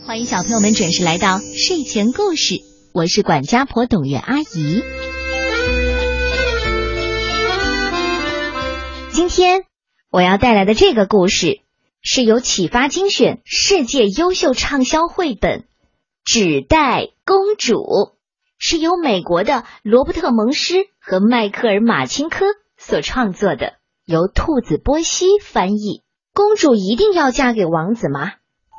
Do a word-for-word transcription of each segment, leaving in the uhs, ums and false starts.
欢迎小朋友们准时来到睡前故事，我是管家婆董月阿姨。今天我要带来的这个故事是由启发精选世界优秀畅销绘本《纸袋公主》，是由美国的罗伯特蒙施和迈克尔马钦科所创作的，由兔子波西翻译。公主一定要嫁给王子吗？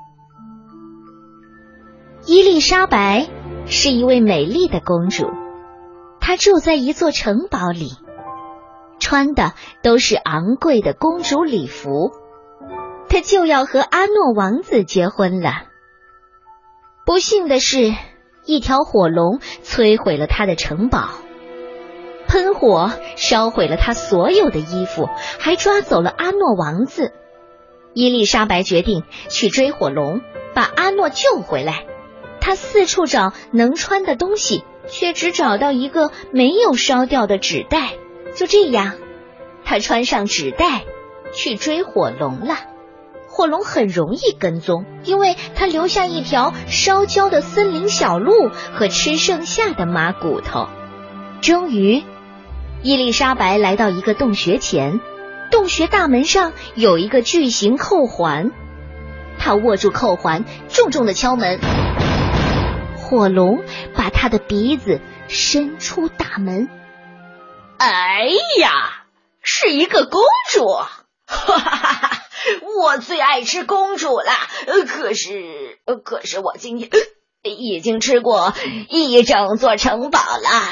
伊丽莎白是一位美丽的公主，她住在一座城堡里，穿的都是昂贵的公主礼服。她就要和阿诺王子结婚了。不幸的是，一条火龙摧毁了她的城堡，喷火烧毁了她所有的衣服，还抓走了阿诺王子。伊丽莎白决定去追火龙，把阿诺救回来。她四处找能穿的东西，却只找到一个没有烧掉的纸袋。就这样，她穿上纸袋去追火龙了。火龙很容易跟踪，因为它留下一条烧焦的森林小路和吃剩下的马骨头。终于，伊丽莎白来到一个洞穴前，洞穴大门上有一个巨型扣环。她握住扣环，重重地敲门。火龙把他的鼻子伸出大门。 哎呀，是一个公主！哈哈哈！我最爱吃公主了。可是，可是我今天已经吃过一整座城堡了。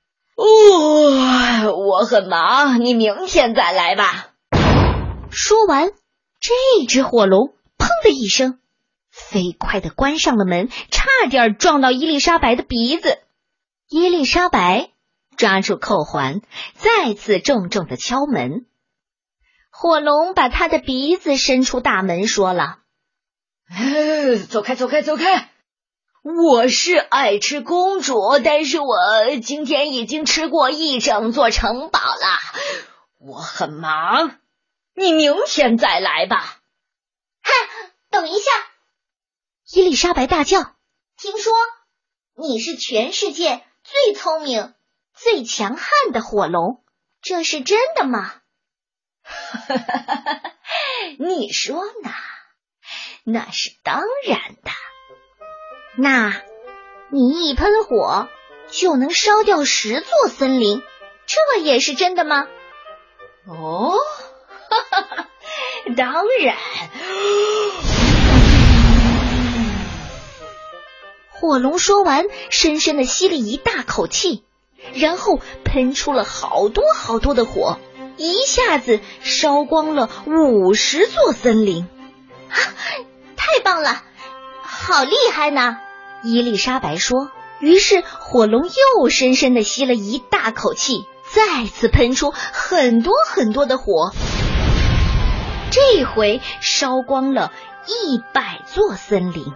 哦，我很忙，你明天再来吧。 说完，这只火龙砰的一声，飞快地关上了门，差点撞到伊丽莎白的鼻子。伊丽莎白抓住扣环，再次重重地敲门。火龙把他的鼻子伸出大门，说了： 呃、走开走开走开，我是爱吃公主，但是我今天已经吃过一整座城堡了，我很忙，你明天再来吧。 嗨，等一下！ 伊丽莎白大叫： 听说你是全世界最聪明、最强悍的火龙，这是真的吗？ 你说呢？那是当然的。 那你一喷火就能烧掉十座森林，这也是真的吗？ 哦，当然。 火龙说完，深深地吸了一大口气，然后喷出了好多好多的火，一下子烧光了五十座森林。 啊，太棒了，好厉害呢！ 伊丽莎白说。于是火龙又深深地吸了一大口气，再次喷出很多很多的火，这回烧光了一百座森林。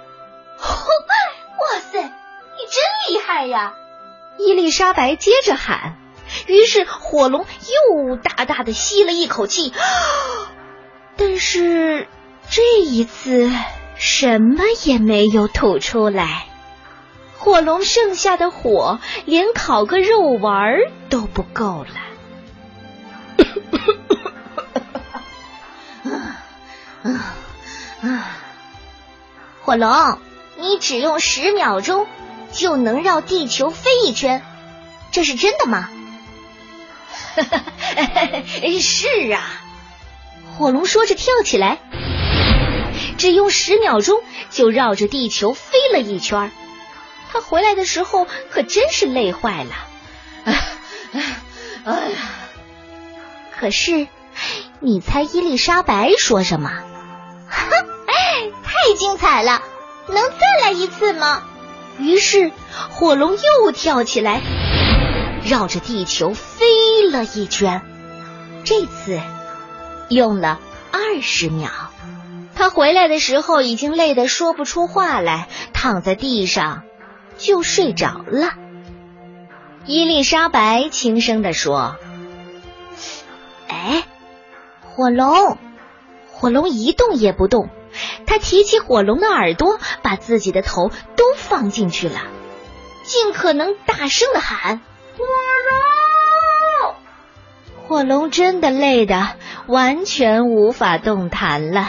哇塞，你真厉害呀！ 伊丽莎白接着喊。于是火龙又大大的吸了一口气，但是这一次什么也没有吐出来。火龙剩下的火连烤个肉丸都不够了。 火龙，你只用十秒钟就能绕地球飞一圈，这是真的吗？ 是啊， 火龙说着跳起来，只用十秒钟就绕着地球飞了一圈。他回来的时候可真是累坏了。 哎呀！ 可是，你猜伊丽莎白说什么？ 太精彩了，能再来一次吗？ 于是火龙又跳起来，绕着地球飞了一圈。这次用了二十秒。他回来的时候已经累得说不出话来，躺在地上就睡着了。伊丽莎白轻声地说：哎，火龙。火龙一动也不动，他他提起火龙的耳朵，把自己的头都放进去了，尽可能大声地喊：火龙！火龙真的累得完全无法动弹了。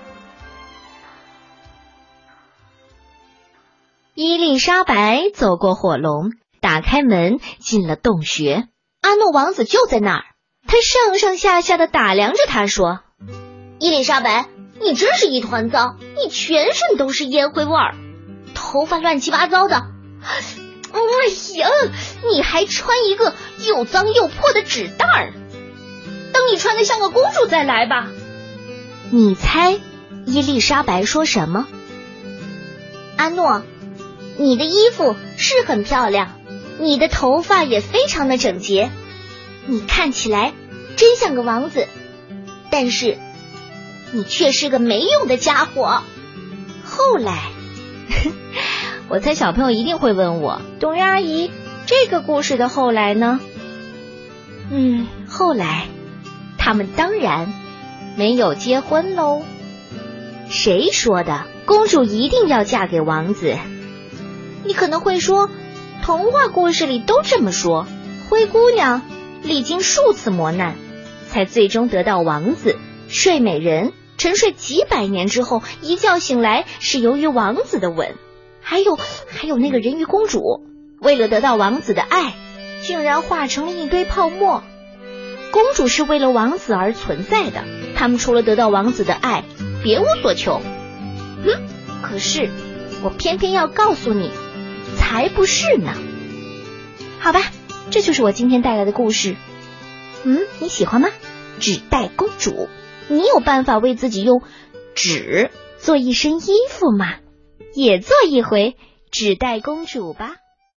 伊丽莎白走过火龙，打开门进了洞穴。阿诺王子就在那儿，他上上下下的打量着他，说： 伊丽莎白，你真是一团糟，你全身都是烟灰味儿，头发乱七八糟的。哎呀，你还穿一个又脏又破的纸袋儿，等你穿得像个公主再来吧。 你猜伊丽莎白说什么？ 阿诺，你的衣服是很漂亮，你的头发也非常的整洁，你看起来真像个王子，但是你却是个没用的家伙。 后来我猜小朋友一定会问我，董月阿姨，这个故事的后来呢？嗯，后来他们当然没有结婚喽。谁说的？公主一定要嫁给王子？你可能会说，童话故事里都这么说，灰姑娘历经数次磨难，才最终得到王子。睡美人沉睡几百年之后，一觉醒来是由于王子的吻。还有还有那个人鱼公主，为了得到王子的爱，竟然化成了一堆泡沫。公主是为了王子而存在的，他们除了得到王子的爱，别无所求。嗯，可是我偏偏要告诉你，才不是呢。好吧，这就是我今天带来的故事。嗯，你喜欢吗？纸袋公主，你有办法为自己用纸做一身衣服吗？也做一回纸袋公主吧。